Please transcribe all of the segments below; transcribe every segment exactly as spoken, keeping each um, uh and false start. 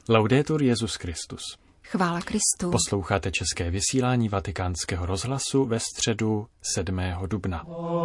Laudetur Jesus Christus. Chvála Kristu. Posloucháte české vysílání Vatikánského rozhlasu ve středu sedmého dubna.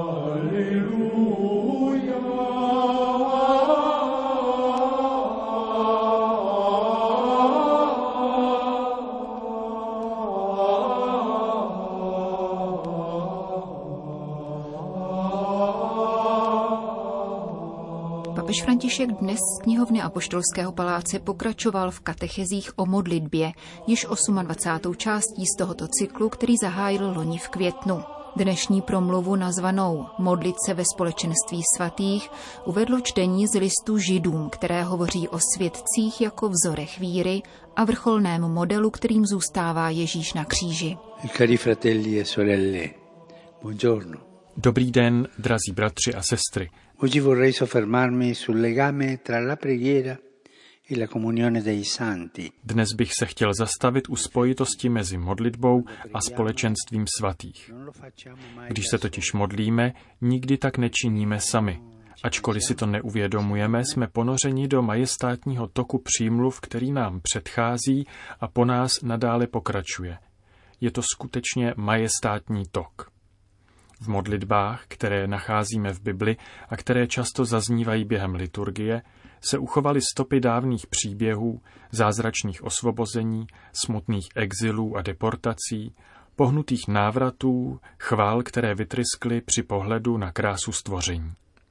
Papež František dnes z knihovny Apoštolského paláce pokračoval v katechezích o modlitbě, již dvacátou osmou částí z tohoto cyklu, který zahájil loni v květnu. Dnešní promluvu nazvanou Modlit se ve společenství svatých uvedlo čtení z listu Židům, které hovoří o svědcích jako vzorech víry a vrcholném modelu, kterým zůstává Ježíš na kříži. Cari fratelli e sorelle, buongiorno. Dobrý den, drazí bratři a sestry. Oggi vorrei soffermarmi sul legame tra la preghiera e la comunione dei santi. Dnes bych se chtěl zastavit u spojitosti mezi modlitbou a společenstvím svatých. Když se totiž modlíme, nikdy tak nečiníme sami. Ačkoliv si to neuvědomujeme, jsme ponořeni do majestátního toku přímluv, který nám předchází a po nás nadále pokračuje. Je to skutečně majestátní tok. V modlitbách, které nacházíme v Bibli a které často zaznívají během liturgie, se uchovaly stopy dávných příběhů, zázračných osvobození, smutných exilů a deportací, pohnutých návratů, chvál, které vytryskly při pohledu na krásu stvoření.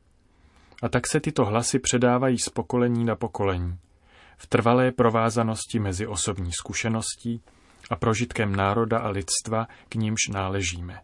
A tak se tyto hlasy předávají z pokolení na pokolení, v trvalé provázanosti mezi osobní zkušeností a prožitkem národa a lidstva, k nímž náležíme.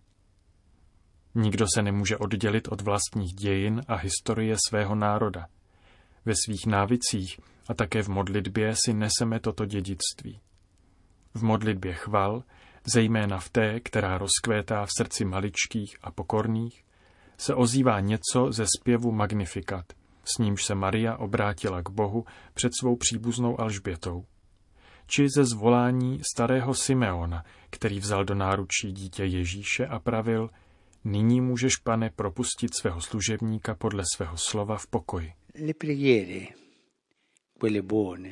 Nikdo se nemůže oddělit od vlastních dějin a historie svého národa. Ve svých návicích a také v modlitbě si neseme toto dědictví. V modlitbě chval, zejména v té, která rozkvétá v srdci maličkých a pokorných, se ozývá něco ze zpěvu Magnificat, s nímž se Maria obrátila k Bohu před svou příbuznou Alžbětou. Či ze zvolání starého Simeona, který vzal do náručí dítě Ježíše a pravil: Nyní můžeš, Pane, propustit svého služebníka podle svého slova v pokoji. Le preghiere, quelle buone,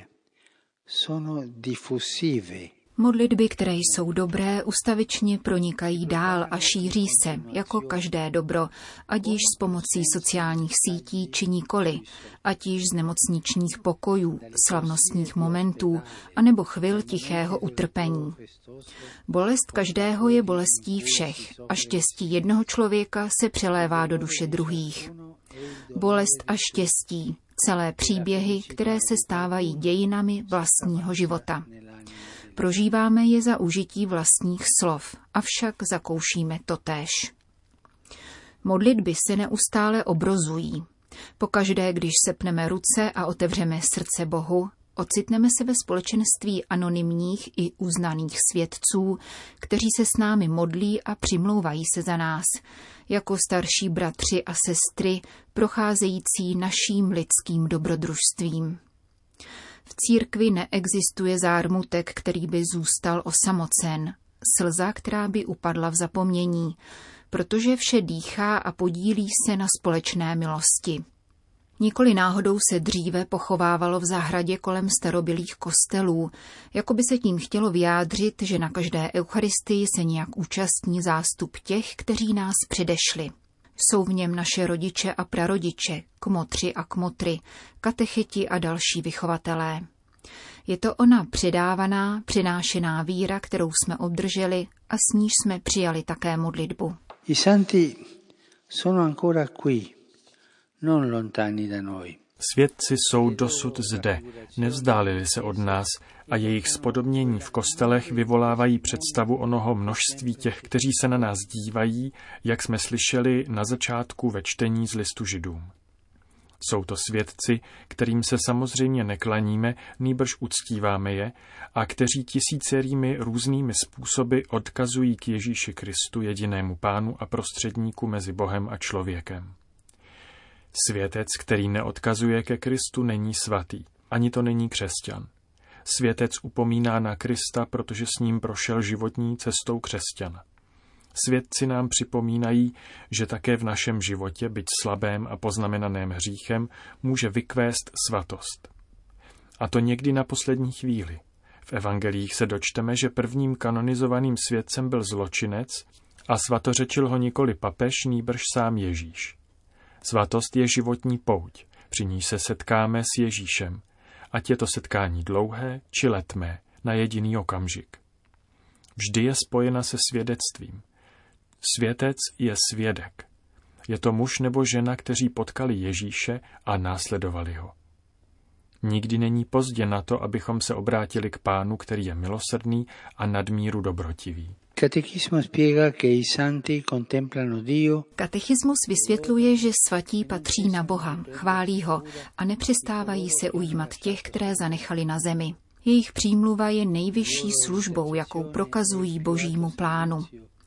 sono diffusive. Modlitby, které jsou dobré, ustavičně pronikají dál a šíří se, jako každé dobro, ať již s pomocí sociálních sítí či nikoli, ať již z nemocničních pokojů, slavnostních momentů, anebo chvil tichého utrpení. Bolest každého je bolestí všech a štěstí jednoho člověka se přelévá do duše druhých. Bolest a štěstí, celé příběhy, které se stávají dějinami vlastního života. Prožíváme je za užití vlastních slov, avšak zakoušíme totéž. Modlitby se neustále obrozují. Pokaždé, když sepneme ruce a otevřeme srdce Bohu, ocitneme se ve společenství anonymních i uznaných svědců, kteří se s námi modlí a přimlouvají se za nás, jako starší bratři a sestry, procházející naším lidským dobrodružstvím. V církvi neexistuje zármutek, který by zůstal osamocen, slza, která by upadla v zapomnění, protože vše dýchá a podílí se na společné milosti. Nikoli náhodou se dříve pochovávalo v zahradě kolem starobylých kostelů, jako by se tím chtělo vyjádřit, že na každé eucharistii se nějak účastní zástup těch, kteří nás předešli. Jsou v něm naše rodiče a prarodiče, kmotři a kmotry, katecheti a další vychovatelé. Je to ona předávaná, přinášená víra, kterou jsme obdrželi a s níž jsme přijali také modlitbu. I santi sono ancora qui, non lontani da noi. Svědci jsou dosud zde, nevzdálili se od nás a jejich spodobnění v kostelech vyvolávají představu onoho množství těch, kteří se na nás dívají, jak jsme slyšeli na začátku ve čtení z listu Židům. Jsou to svědci, kterým se samozřejmě neklaníme, nýbrž uctíváme je a kteří tisícerými různými způsoby odkazují k Ježíši Kristu, jedinému Pánu a prostředníku mezi Bohem a člověkem. Světec, který neodkazuje ke Kristu, není svatý, ani to není křesťan. Světec upomíná na Krista, protože s ním prošel životní cestou křesťana. Svědci nám připomínají, že také v našem životě, byť slabém a poznamenaném hříchem, může vykvést svatost. A to někdy na poslední chvíli. V evangelích se dočteme, že prvním kanonizovaným světcem byl zločinec a svatořečil ho nikoli papež, nýbrž sám Ježíš. Svatost je životní pouť, při níž se setkáme s Ježíšem, ať je to setkání dlouhé či letmé, na jediný okamžik. Vždy je spojena se svědectvím. Světec je svědek. Je to muž nebo žena, kteří potkali Ježíše a následovali ho. Nikdy není pozdě na to, abychom se obrátili k Pánu, který je milosrdný a nadmíru dobrotivý. Katechismus vysvětluje, že svatí patří na Boha, chválí ho a nepřestávají se ujímat těch, které zanechali na zemi. Jejich přímluva je nejvyšší službou, jakou prokazují Božímu plánu.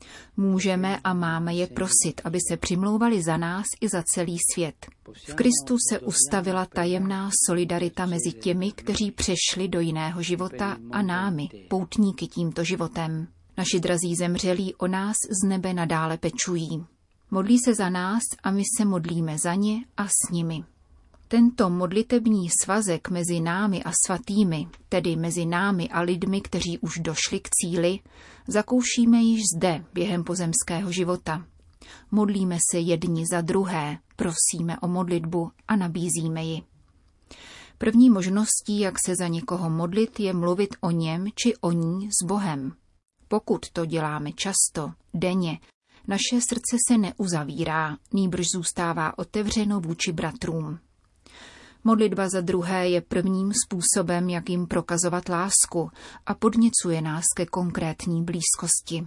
Můžeme a máme je prosit, aby se přimlouvali za nás i za celý svět. V Kristu se ustavila tajemná solidarita mezi těmi, kteří přešli do jiného života, a námi, poutníky tímto životem. Naši drazí zemřelí o nás z nebe nadále pečují. Modlí se za nás a my se modlíme za ně a s nimi. Tento modlitební svazek mezi námi a svatými, tedy mezi námi a lidmi, kteří už došli k cíli, zakoušíme již zde během pozemského života. Modlíme se jedni za druhé, prosíme o modlitbu a nabízíme ji. První možností, jak se za někoho modlit, je mluvit o něm či o ní s Bohem. Pokud to děláme často, denně, naše srdce se neuzavírá, nýbrž zůstává otevřeno vůči bratrům. Modlitba za druhé je prvním způsobem, jak jim prokazovat lásku, a podněcuje nás ke konkrétní blízkosti.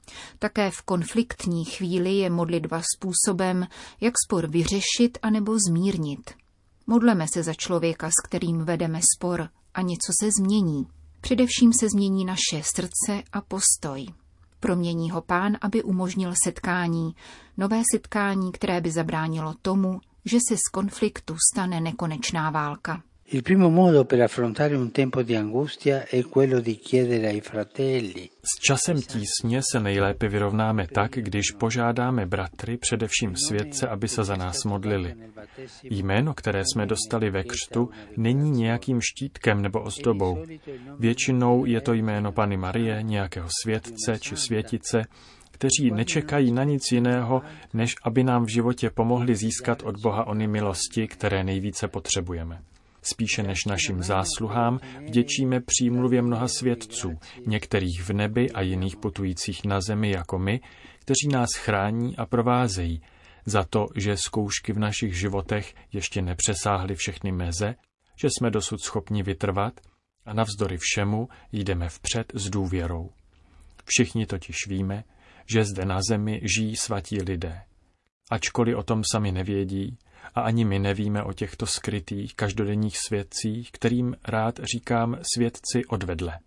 Také v konfliktní chvíli je modlitba způsobem, jak spor vyřešit anebo zmírnit. Modleme se za člověka, s kterým vedeme spor, a něco se změní. Především se změní naše srdce a postoj. Promění ho Pán, aby umožnil setkání, nové setkání, které by zabránilo tomu, že se z konfliktu stane nekonečná válka. Il primo modo per affrontare un tempo di angustia è quello di chiedere ai fratelli. S časem tísně se nejlépe vyrovnáme tak, když požádáme bratry, především světce, aby se za nás modlili. Jméno, které jsme dostali ve křtu, není nějakým štítkem nebo ozdobou. Většinou je to jméno Panny Marie, nějakého světce či světice, kteří nečekají na nic jiného, než aby nám v životě pomohli získat od Boha ony milosti, které nejvíce potřebujeme. Spíše než našim zásluhám vděčíme přímluvě mnoha světců, některých v nebi a jiných putujících na zemi jako my, kteří nás chrání a provázejí, za to, že zkoušky v našich životech ještě nepřesáhly všechny meze, že jsme dosud schopni vytrvat a navzdory všemu jdeme vpřed s důvěrou. Všichni totiž víme, že zde na zemi žijí svatí lidé. Ačkoliv o tom sami nevědí, a ani my nevíme o těchto skrytých každodenních svědcích, kterým rád říkám svědci odvedle.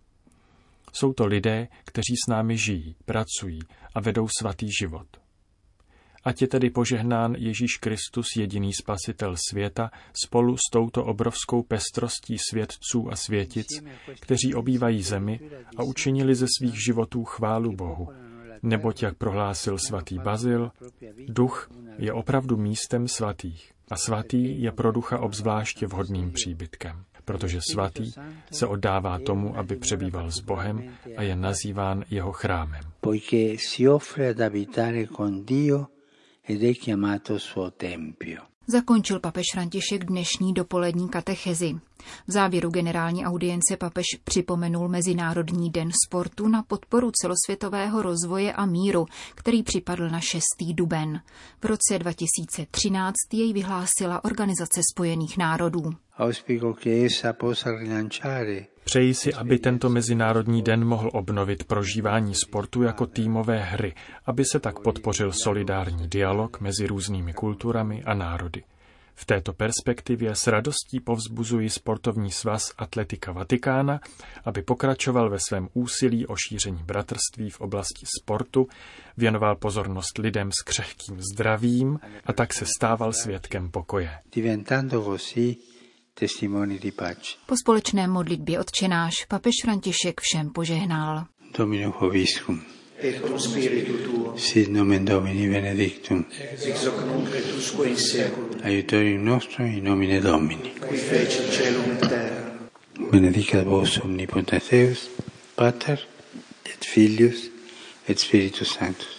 Jsou to lidé, kteří s námi žijí, pracují a vedou svatý život. Ať je tedy požehnán Ježíš Kristus, jediný spasitel světa, spolu s touto obrovskou pestrostí svědců a světic, kteří obývají zemi a učinili ze svých životů chválu Bohu. Neboť, jak prohlásil svatý Bazil, duch je opravdu místem svatých a svatý je pro ducha obzvláště vhodným příbytkem, protože svatý se oddává tomu, aby přebýval s Bohem a je nazýván jeho chrámem. Poiché si offre ad abitare con Dio ed è chiamato suo tempio. Zakončil papež František dnešní dopolední katechezi. V závěru generální audience papež připomenul Mezinárodní den sportu na podporu celosvětového rozvoje a míru, který připadl na šestý duben. V roce dva tisíce třináct jej vyhlásila Organizace spojených národů. Přeji si, aby tento Mezinárodní den mohl obnovit prožívání sportu jako týmové hry, aby se tak podpořil solidární dialog mezi různými kulturami a národy. V této perspektivě s radostí povzbuzuji Sportovní svaz Atletika Vatikána, aby pokračoval ve svém úsilí o šíření bratrství v oblasti sportu, věnoval pozornost lidem s křehkým zdravím a tak se stával svědkem pokoje. Po společné modlitbě Otčenáš papež František všem požehnal. Domino vobiscum. Et cum spiritu tuo. Sit nomen Domini benedictum. Ex hoc nunc et usque in saeculum. Aiutorium nostrum in nomine Domini. Qui fecit caelum et terra. benedicat vos omnipotens Deus, Pater et Filius et Spiritus Sanctus.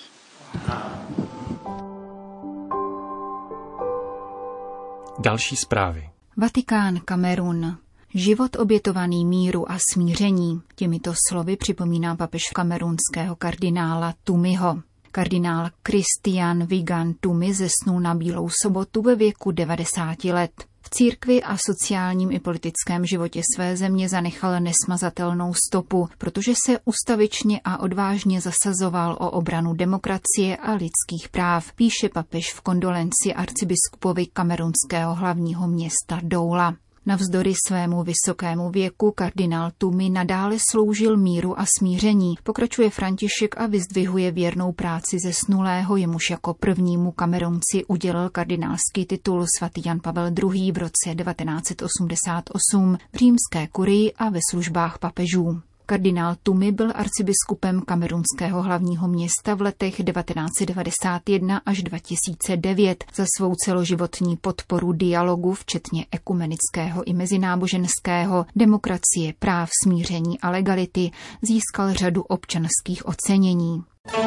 Další zprávy. Vatikán, Kamerun. Život obětovaný míru a smíření. Těmito slovy připomíná papež kamerunského kardinála Tumiho. Kardinál Christian Vigan Tumi zesnul na Bílou sobotu ve věku devadesáti let. V církvi a sociálním i politickém životě své země zanechal nesmazatelnou stopu, protože se ustavičně a odvážně zasazoval o obranu demokracie a lidských práv, píše papež v kondolenci arcibiskupovi kamerunského hlavního města Doula. Navzdory svému vysokému věku kardinál Tumi nadále sloužil míru a smíření, pokračuje František a vyzdvihuje věrnou práci zesnulého, jemuž jako prvnímu Kamerunci udělil kardinálský titul svatý Jan Pavel druhý. v roce devatenáct set osmdesát osm v římské kurii a ve službách papežů. Kardinál Tumi byl arcibiskupem kamerunského hlavního města v letech devatenáct set devadesát jedna až dva tisíce devět. Za svou celoživotní podporu dialogu, včetně ekumenického i mezináboženského, demokracie, práv, smíření a legality, získal řadu občanských ocenění.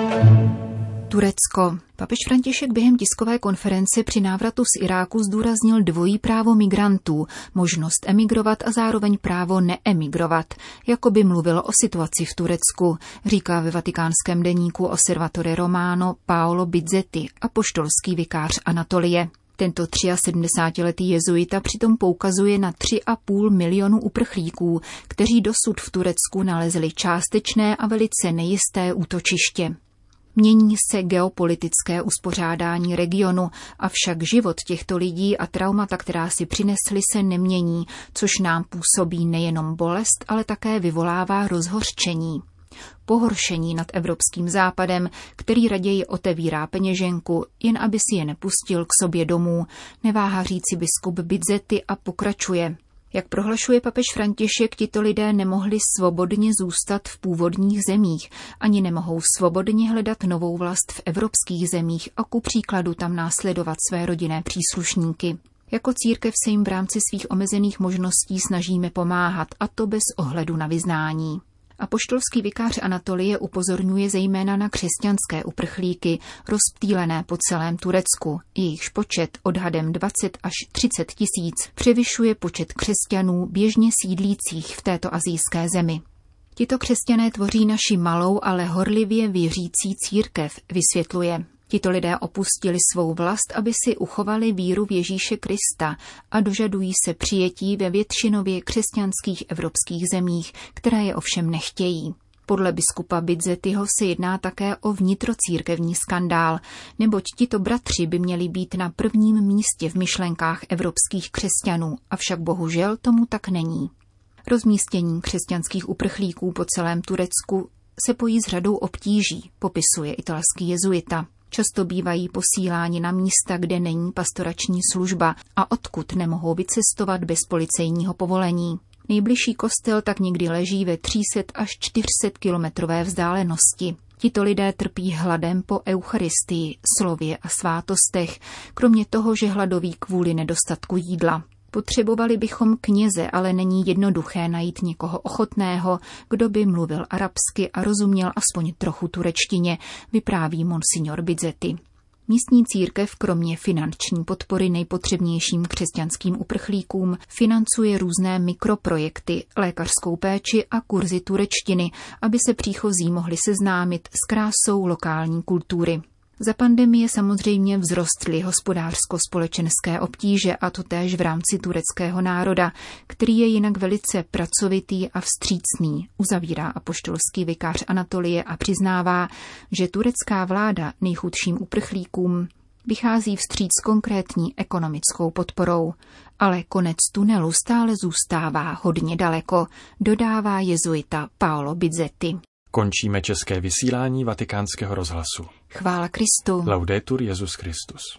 Turecko. Papež František během tiskové konference při návratu z Iráku zdůraznil dvojí právo migrantů, možnost emigrovat a zároveň právo neemigrovat, jako by mluvil o situaci v Turecku, říká ve vatikánském deníku Osservatore Romano Paolo Bizzetti, apoštolský vikář Anatolie. Tento sedmdesátiletý jezuita přitom poukazuje na tři a půl milionu uprchlíků, kteří dosud v Turecku nalezli částečné a velice nejisté útočiště. Mění se geopolitické uspořádání regionu, avšak život těchto lidí a traumata, která si přinesli, se nemění, což nám působí nejenom bolest, ale také vyvolává rozhořčení. Pohoršení nad evropským západem, který raději otevírá peněženku, jen aby si je nepustil k sobě domů, neváhá říci biskup Bizzetti a pokračuje. Jak prohlašuje papež František, tito lidé nemohli svobodně zůstat v původních zemích, ani nemohou svobodně hledat novou vlast v evropských zemích a ku příkladu tam následovat své rodinné příslušníky. Jako církev se jim v rámci svých omezených možností snažíme pomáhat, a to bez ohledu na vyznání. Apoštolský vikář Anatolie upozorňuje zejména na křesťanské uprchlíky, rozptýlené po celém Turecku. Jejichž počet odhadem dvacet až třicet tisíc převyšuje počet křesťanů běžně sídlících v této asijské zemi. Tito křesťané tvoří naši malou, ale horlivě věřící církev, vysvětluje. Tito lidé opustili svou vlast, aby si uchovali víru v Ježíše Krista a dožadují se přijetí ve většinově křesťanských evropských zemích, které je ovšem nechtějí. Podle biskupa Bizzettiho se jedná také o vnitrocírkevní skandál, neboť tito bratři by měli být na prvním místě v myšlenkách evropských křesťanů, avšak bohužel tomu tak není. Rozmístění křesťanských uprchlíků po celém Turecku se pojí s řadou obtíží, popisuje italský jezuita. Často bývají posíláni na místa, kde není pastorační služba a odkud nemohou vycestovat bez policejního povolení. Nejbližší kostel tak někdy leží ve tři sta až čtyři sta kilometrové vzdálenosti. Tito lidé trpí hladem po eucharistii, slově a svátostech, kromě toho, že hladoví kvůli nedostatku jídla. Potřebovali bychom kněze, ale není jednoduché najít někoho ochotného, kdo by mluvil arabsky a rozuměl aspoň trochu turečtině, vypráví monsignor Bizzetti. Místní církev kromě finanční podpory nejpotřebnějším křesťanským uprchlíkům financuje různé mikroprojekty, lékařskou péči a kurzy turečtiny, aby se příchozí mohli seznámit s krásou lokální kultury. Za pandemie samozřejmě vzrostly hospodářsko-společenské obtíže, a to též v rámci tureckého národa, který je jinak velice pracovitý a vstřícný, uzavírá apoštolský vikář Anatolie a přiznává, že turecká vláda nejchudším uprchlíkům vychází vstříc konkrétní ekonomickou podporou. Ale konec tunelu stále zůstává hodně daleko, dodává jezuita Paolo Bizzetti. Končíme české vysílání Vatikánského rozhlasu. Chvála Kristu. Laudetur Jesus Christus.